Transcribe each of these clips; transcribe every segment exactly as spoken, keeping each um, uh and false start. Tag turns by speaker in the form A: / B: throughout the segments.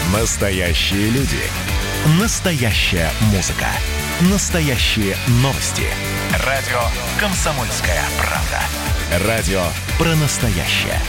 A: Настоящие люди. Настоящая музыка. Настоящие новости. Радио «Комсомольская правда». Радио про настоящее.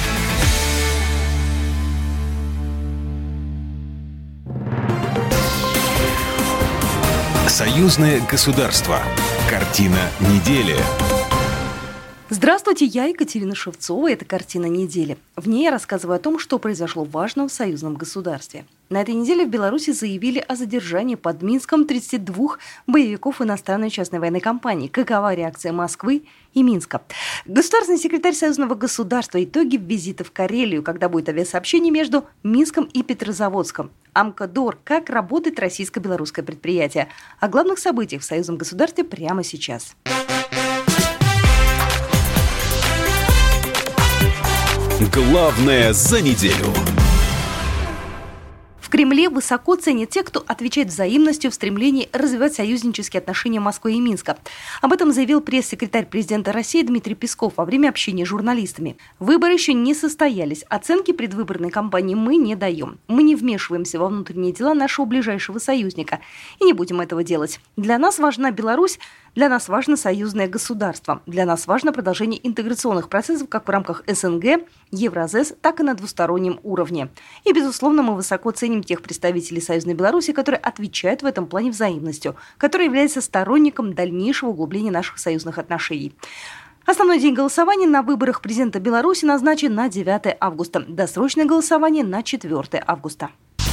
A: Союзное государство. Картина недели.
B: Здравствуйте, я Екатерина Шевцова. Это «Картина недели». В ней я рассказываю о том, что произошло важного в союзном государстве. На этой неделе в Беларуси заявили о задержании под Минском тридцати двух боевиков иностранной частной военной компании. Какова реакция Москвы и Минска? Государственный секретарь союзного государства. Итоги визита в Карелию, когда будет авиасообщение между Минском и Петрозаводском. Амкадор. Как работает российско-белорусское предприятие. О главных событиях в союзном государстве прямо сейчас.
A: Главное за неделю.
B: В Кремле высоко ценят тех, кто отвечает взаимностью в стремлении развивать союзнические отношения Москвы и Минска. Об этом заявил пресс-секретарь президента России Дмитрий Песков во время общения с журналистами. Выборы еще не состоялись. Оценки предвыборной кампании мы не даем. Мы не вмешиваемся во внутренние дела нашего ближайшего союзника. И не будем этого делать. Для нас важна Беларусь. Для нас важно союзное государство. Для нас важно продолжение интеграционных процессов как в рамках СНГ, Евразес, так и на двустороннем уровне. И, безусловно, мы высоко ценим тех представителей союзной Беларуси, которые отвечают в этом плане взаимностью, которые являются сторонником дальнейшего углубления наших союзных отношений. Основной день голосования на выборах президента Беларуси назначен на девятое августа. Досрочное голосование на четвертое августа.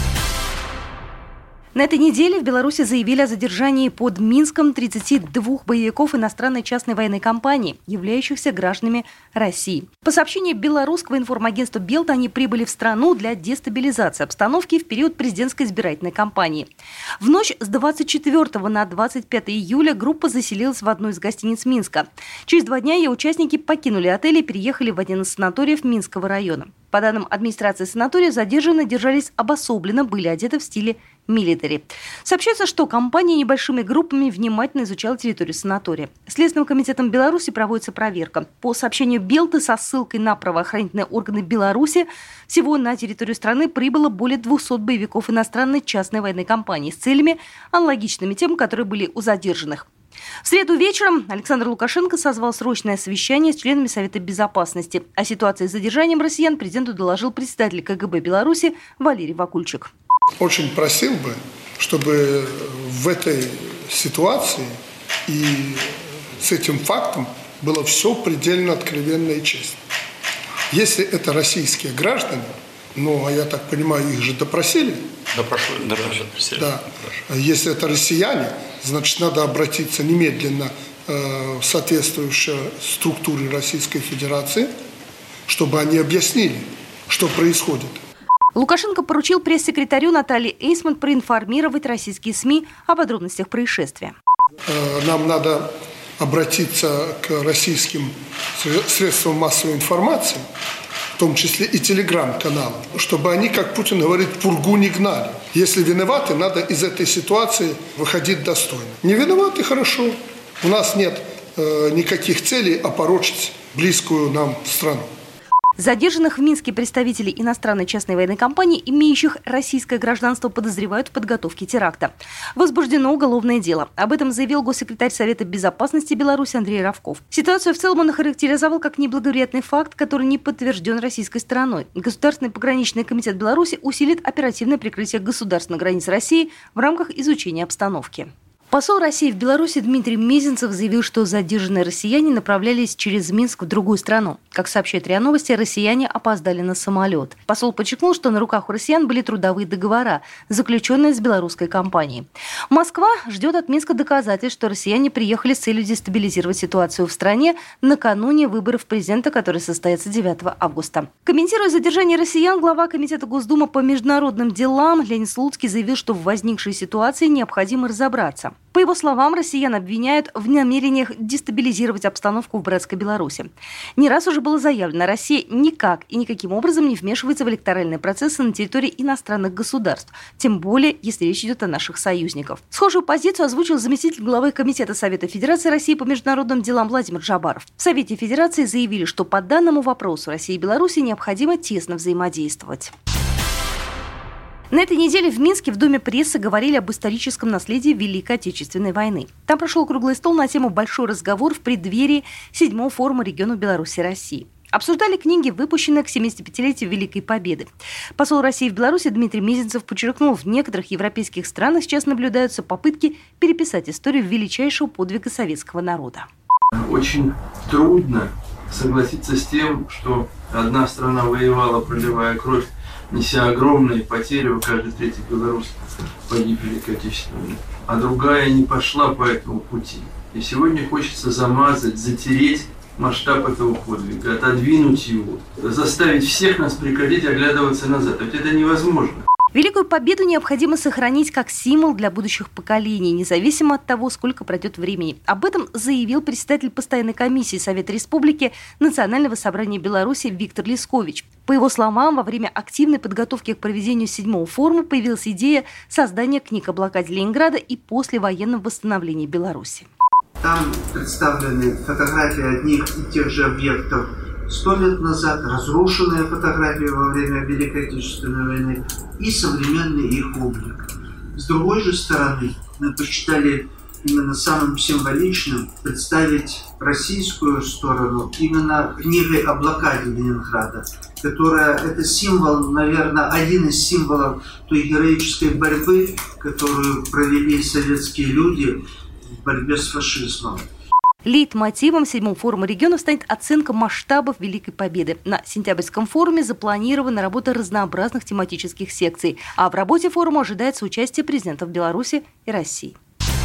B: На этой неделе в Беларуси заявили о задержании под Минском тридцати двух боевиков иностранной частной военной компании, являющихся гражданами России. По сообщению белорусского информагентства «Белта», они прибыли в страну для дестабилизации обстановки в период президентской избирательной кампании. В ночь с двадцать четвёртого на двадцать пятое июля группа заселилась в одну из гостиниц Минска. Через два дня ее участники покинули отель и переехали в один из санаториев Минского района. По данным администрации санатория, задержанные держались обособленно, были одеты в стиле милитари. Сообщается, что компания небольшими группами внимательно изучала территорию санатория. Следственным комитетом Беларуси проводится проверка. По сообщению Белты со ссылкой на правоохранительные органы Беларуси, всего на территорию страны прибыло более двухсот боевиков иностранной частной военной компании с целями, аналогичными тем, которые были у задержанных. В среду вечером Александр Лукашенко созвал срочное совещание с членами Совета Безопасности. О ситуации с задержанием россиян президенту доложил председатель КГБ Беларуси Валерий Вакульчик.
C: Очень просил бы, чтобы в этой ситуации и с этим фактом было все предельно откровенно и честно. Если это российские граждане, ну, а я так понимаю, их же допросили.
D: Допрашивали, допросили.
C: Да. Если это россияне, значит, надо обратиться немедленно э, в соответствующие структуры Российской Федерации, чтобы они объяснили, что происходит.
B: Лукашенко поручил пресс-секретарю Наталье Эйсман проинформировать российские СМИ о подробностях происшествия.
C: Э, нам надо обратиться к российским средствам массовой информации, в том числе и телеграм-каналам, чтобы они, как Путин говорит, пургу не гнали. Если виноваты, надо из этой ситуации выходить достойно. Не виноваты – хорошо. У нас нет э, никаких целей опорочить близкую нам страну.
B: Задержанных в Минске представителей иностранной частной военной компании, имеющих российское гражданство, подозревают в подготовке теракта. Возбуждено уголовное дело. Об этом заявил госсекретарь Совета Безопасности Беларуси Андрей Равков. Ситуацию в целом он охарактеризовал как неблагоприятный факт, который не подтвержден российской стороной. Государственный пограничный комитет Беларуси усилит оперативное прикрытие государственных границ России в рамках изучения обстановки. Посол России в Беларуси Дмитрий Мезенцев заявил, что задержанные россияне направлялись через Минск в другую страну. Как сообщает РИА Новости, россияне опоздали на самолет. Посол подчеркнул, что на руках у россиян были трудовые договора, заключенные с белорусской компанией. Москва ждет от Минска доказательств, что россияне приехали с целью дестабилизировать ситуацию в стране накануне выборов президента, которые состоятся девятого августа. Комментируя задержание россиян, глава Комитета Госдумы по международным делам Леонид Слуцкий заявил, что в возникшей ситуации необходимо разобраться. По его словам, россиян обвиняют в намерениях дестабилизировать обстановку в братской Беларуси. Не раз уже было заявлено, Россия никак и никаким образом не вмешивается в электоральные процессы на территории иностранных государств, тем более, если речь идет о наших союзниках. Схожую позицию озвучил заместитель главы Комитета Совета Федерации России по международным делам Владимир Джабаров. В Совете Федерации заявили, что по данному вопросу России и Беларуси необходимо тесно взаимодействовать. На этой неделе в Минске в Доме прессы говорили об историческом наследии Великой Отечественной войны. Там прошел круглый стол на тему «Большой разговор» в преддверии седьмого форума регионов Беларуси и России. Обсуждали книги, выпущенные к семидесятипятилетию Великой Победы. Посол России в Беларуси Дмитрий Мизинцев подчеркнул, в некоторых европейских странах сейчас наблюдаются попытки переписать историю величайшего подвига советского народа.
E: Очень трудно согласиться с тем, что одна страна воевала, проливая кровь, неся огромные потери, у каждой третьей белорус погиб в Великой Отечественной, а другая не пошла по этому пути. И сегодня хочется замазать, затереть масштаб этого подвига, отодвинуть его, заставить всех нас прекратить оглядываться назад. Ведь это невозможно.
B: Великую Победу необходимо сохранить как символ для будущих поколений, независимо от того, сколько пройдет времени. Об этом заявил председатель постоянной комиссии Совета Республики Национального собрания Беларуси Виктор Лескович. По его словам, во время активной подготовки к проведению седьмого форума появилась идея создания книг о блокаде Ленинграда и послевоенном восстановлении Беларуси.
F: Там представлены фотографии одних и тех же объектов сто лет назад, разрушенные фотографии во время Великой Отечественной войны и современный их облик. С другой же стороны, мы посчитали именно самым символичным представить российскую сторону именно книгой о блокаде Ленинграда, которая это символ, наверное, один из символов той героической борьбы, которую провели советские люди в борьбе с фашизмом.
B: Лейтмотивом седьмого форума регионов станет оценка масштабов Великой Победы. На сентябрьском форуме запланирована работа разнообразных тематических секций, а в работе форума ожидается участие президентов Беларуси и России.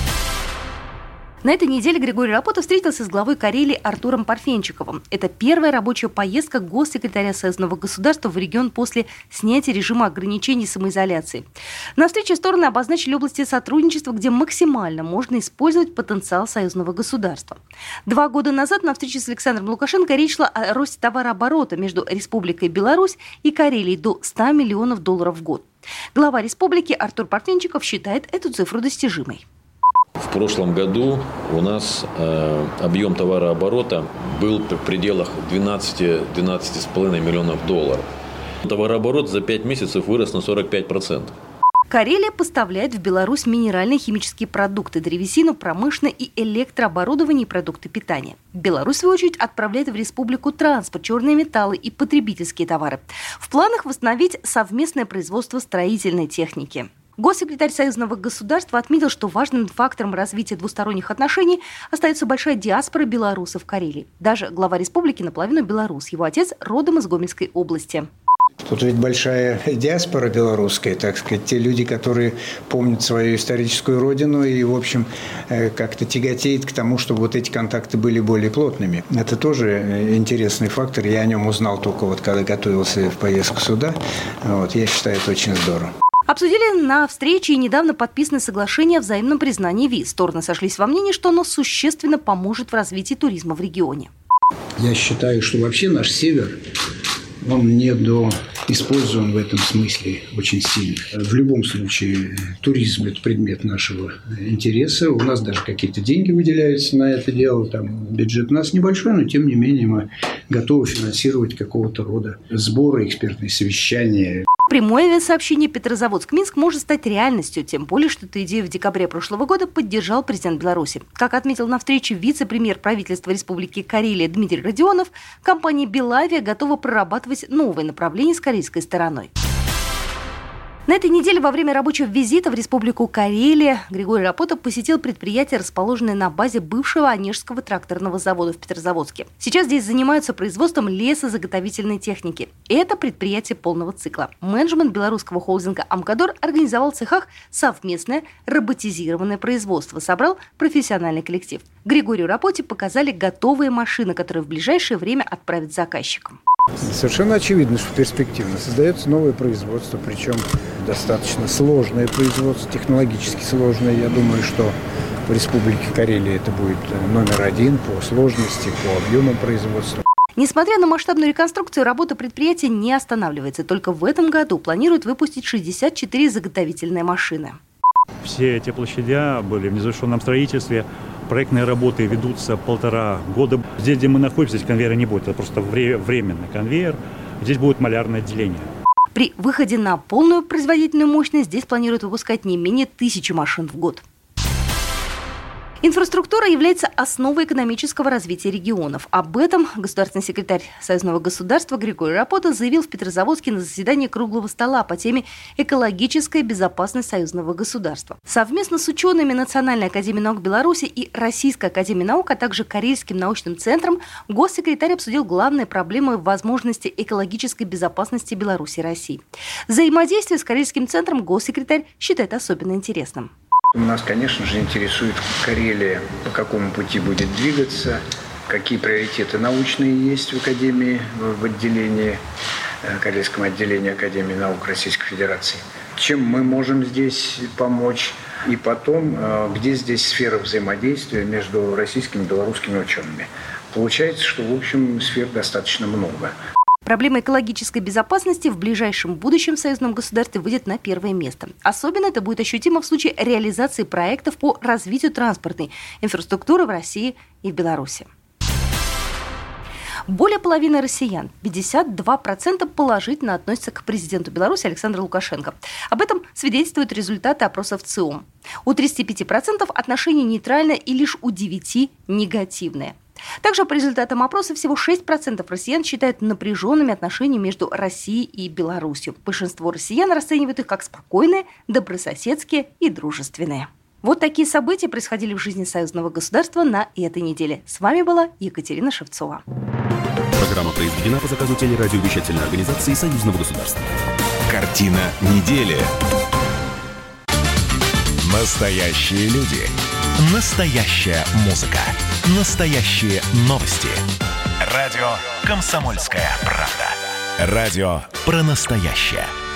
B: На этой неделе Григорий Рапота встретился с главой Карелии Артуром Парфенчиковым. Это первая рабочая поездка госсекретаря союзного государства в регион после снятия режима ограничений и самоизоляции. На встрече стороны обозначили области сотрудничества, где максимально можно использовать потенциал союзного государства. Два года назад на встрече с Александром Лукашенко речь шла о росте товарооборота между Республикой Беларусь и Карелией до ста миллионов долларов в год. Глава республики Артур Парфенчиков считает эту цифру достижимой.
G: В прошлом году у нас э, объем товарооборота был в пределах двенадцати-двенадцати с половиной миллионов долларов. Товарооборот за пять месяцев вырос на сорок пять процентов.
B: Карелия поставляет в Беларусь минеральные химические продукты, древесину, промышленное и электрооборудование и продукты питания. Беларусь, в свою очередь, отправляет в республику транспорт, черные металлы и потребительские товары. В планах восстановить совместное производство строительной техники. Госсекретарь союзного государства отметил, что важным фактором развития двусторонних отношений остается большая диаспора белорусов в Карелии. Даже глава республики наполовину белорус. Его отец родом из Гомельской области.
H: Тут ведь большая диаспора белорусская, так сказать, те люди, которые помнят свою историческую родину и, в общем, как-то тяготеют к тому, чтобы вот эти контакты были более плотными. Это тоже интересный фактор. Я о нем узнал только вот когда готовился в поездку сюда. Вот, я считаю, это очень здорово.
B: Обсудили на встрече и недавно подписанное соглашение о взаимном признании виз. Стороны сошлись во мнении, что оно существенно поможет в развитии туризма в регионе.
I: Я считаю, что вообще наш север, он недоиспользован в этом смысле очень сильно. В любом случае, туризм – это предмет нашего интереса. У нас даже какие-то деньги выделяются на это дело. Там бюджет у нас небольшой, но тем не менее мы готовы финансировать какого-то рода сборы, экспертные совещания.
B: Прямое авиасообщение Петрозаводск-Минск может стать реальностью, тем более, что эту идею в декабре прошлого года поддержал президент Беларуси. Как отметил на встрече вице-премьер правительства Республики Карелия Дмитрий Родионов, компания «Белавиа» готова прорабатывать новые направления с корейской стороной. На этой неделе во время рабочего визита в Республику Карелия Григорий Рапота посетил предприятие, расположенное на базе бывшего Онежского тракторного завода в Петрозаводске. Сейчас здесь занимаются производством лесозаготовительной техники. Это предприятие полного цикла. Менеджмент белорусского холдинга «Амкадор» организовал в цехах совместное роботизированное производство, собрал профессиональный коллектив. Григорию Рапоте показали готовые машины, которые в ближайшее время отправят заказчикам.
H: Совершенно очевидно, что перспективно создается новое производство, причем достаточно сложное производство, технологически сложное. Я думаю, что в Республике Карелия это будет номер один по сложности, по объемам производства.
B: Несмотря на масштабную реконструкцию, работа предприятия не останавливается. Только в этом году планируют выпустить шестьдесят четыре заготовительные машины.
J: Все эти площадя были в незавершенном строительстве. Проектные работы ведутся полтора года. Здесь, где мы находимся, здесь конвейера не будет. Это просто временный конвейер. Здесь будет малярное отделение.
B: При выходе на полную производительную мощность здесь планируют выпускать не менее тысячи машин в год. Инфраструктура является основой экономического развития регионов. Об этом государственный секретарь Союзного государства Григорий Рапота заявил в Петрозаводске на заседании круглого стола по теме «Экологическая безопасность союзного государства». Совместно с учеными Национальной академии наук Беларуси и Российской академии наук, а также Карельским научным центром, госсекретарь обсудил главные проблемы возможности экологической безопасности Беларуси и России. Взаимодействие с Карельским центром госсекретарь считает особенно интересным.
H: Нас, конечно же, интересует Карелия, по какому пути будет двигаться, какие приоритеты научные есть в Академии, в отделении, Карельском отделении Академии наук Российской Федерации. Чем мы можем здесь помочь, и потом, где здесь сфера взаимодействия между российскими и белорусскими учеными. Получается, что, в общем, сфер достаточно много.
B: Проблема экологической безопасности в ближайшем будущем в союзном государстве выйдет на первое место. Особенно это будет ощутимо в случае реализации проектов по развитию транспортной инфраструктуры в России и в Беларуси. Более половины россиян, пятьдесят два процента, положительно относятся к президенту Беларуси Александру Лукашенко. Об этом свидетельствуют результаты опросов ЦИОМ. У тридцати пяти процентов отношение нейтральное и лишь у девяти процентов негативное. Также по результатам опроса всего шесть процентов россиян считают напряженными отношения между Россией и Беларусью. Большинство россиян расценивают их как спокойные, добрососедские и дружественные. Вот такие события происходили в жизни союзного государства на этой неделе. С вами была Екатерина Шевцова.
A: Программа произведена по заказу телерадиовещательной организации Союзного государства. Картина недели. Настоящие люди. Настоящая музыка. Настоящие новости. Радио «Комсомольская правда». Радио про настоящее.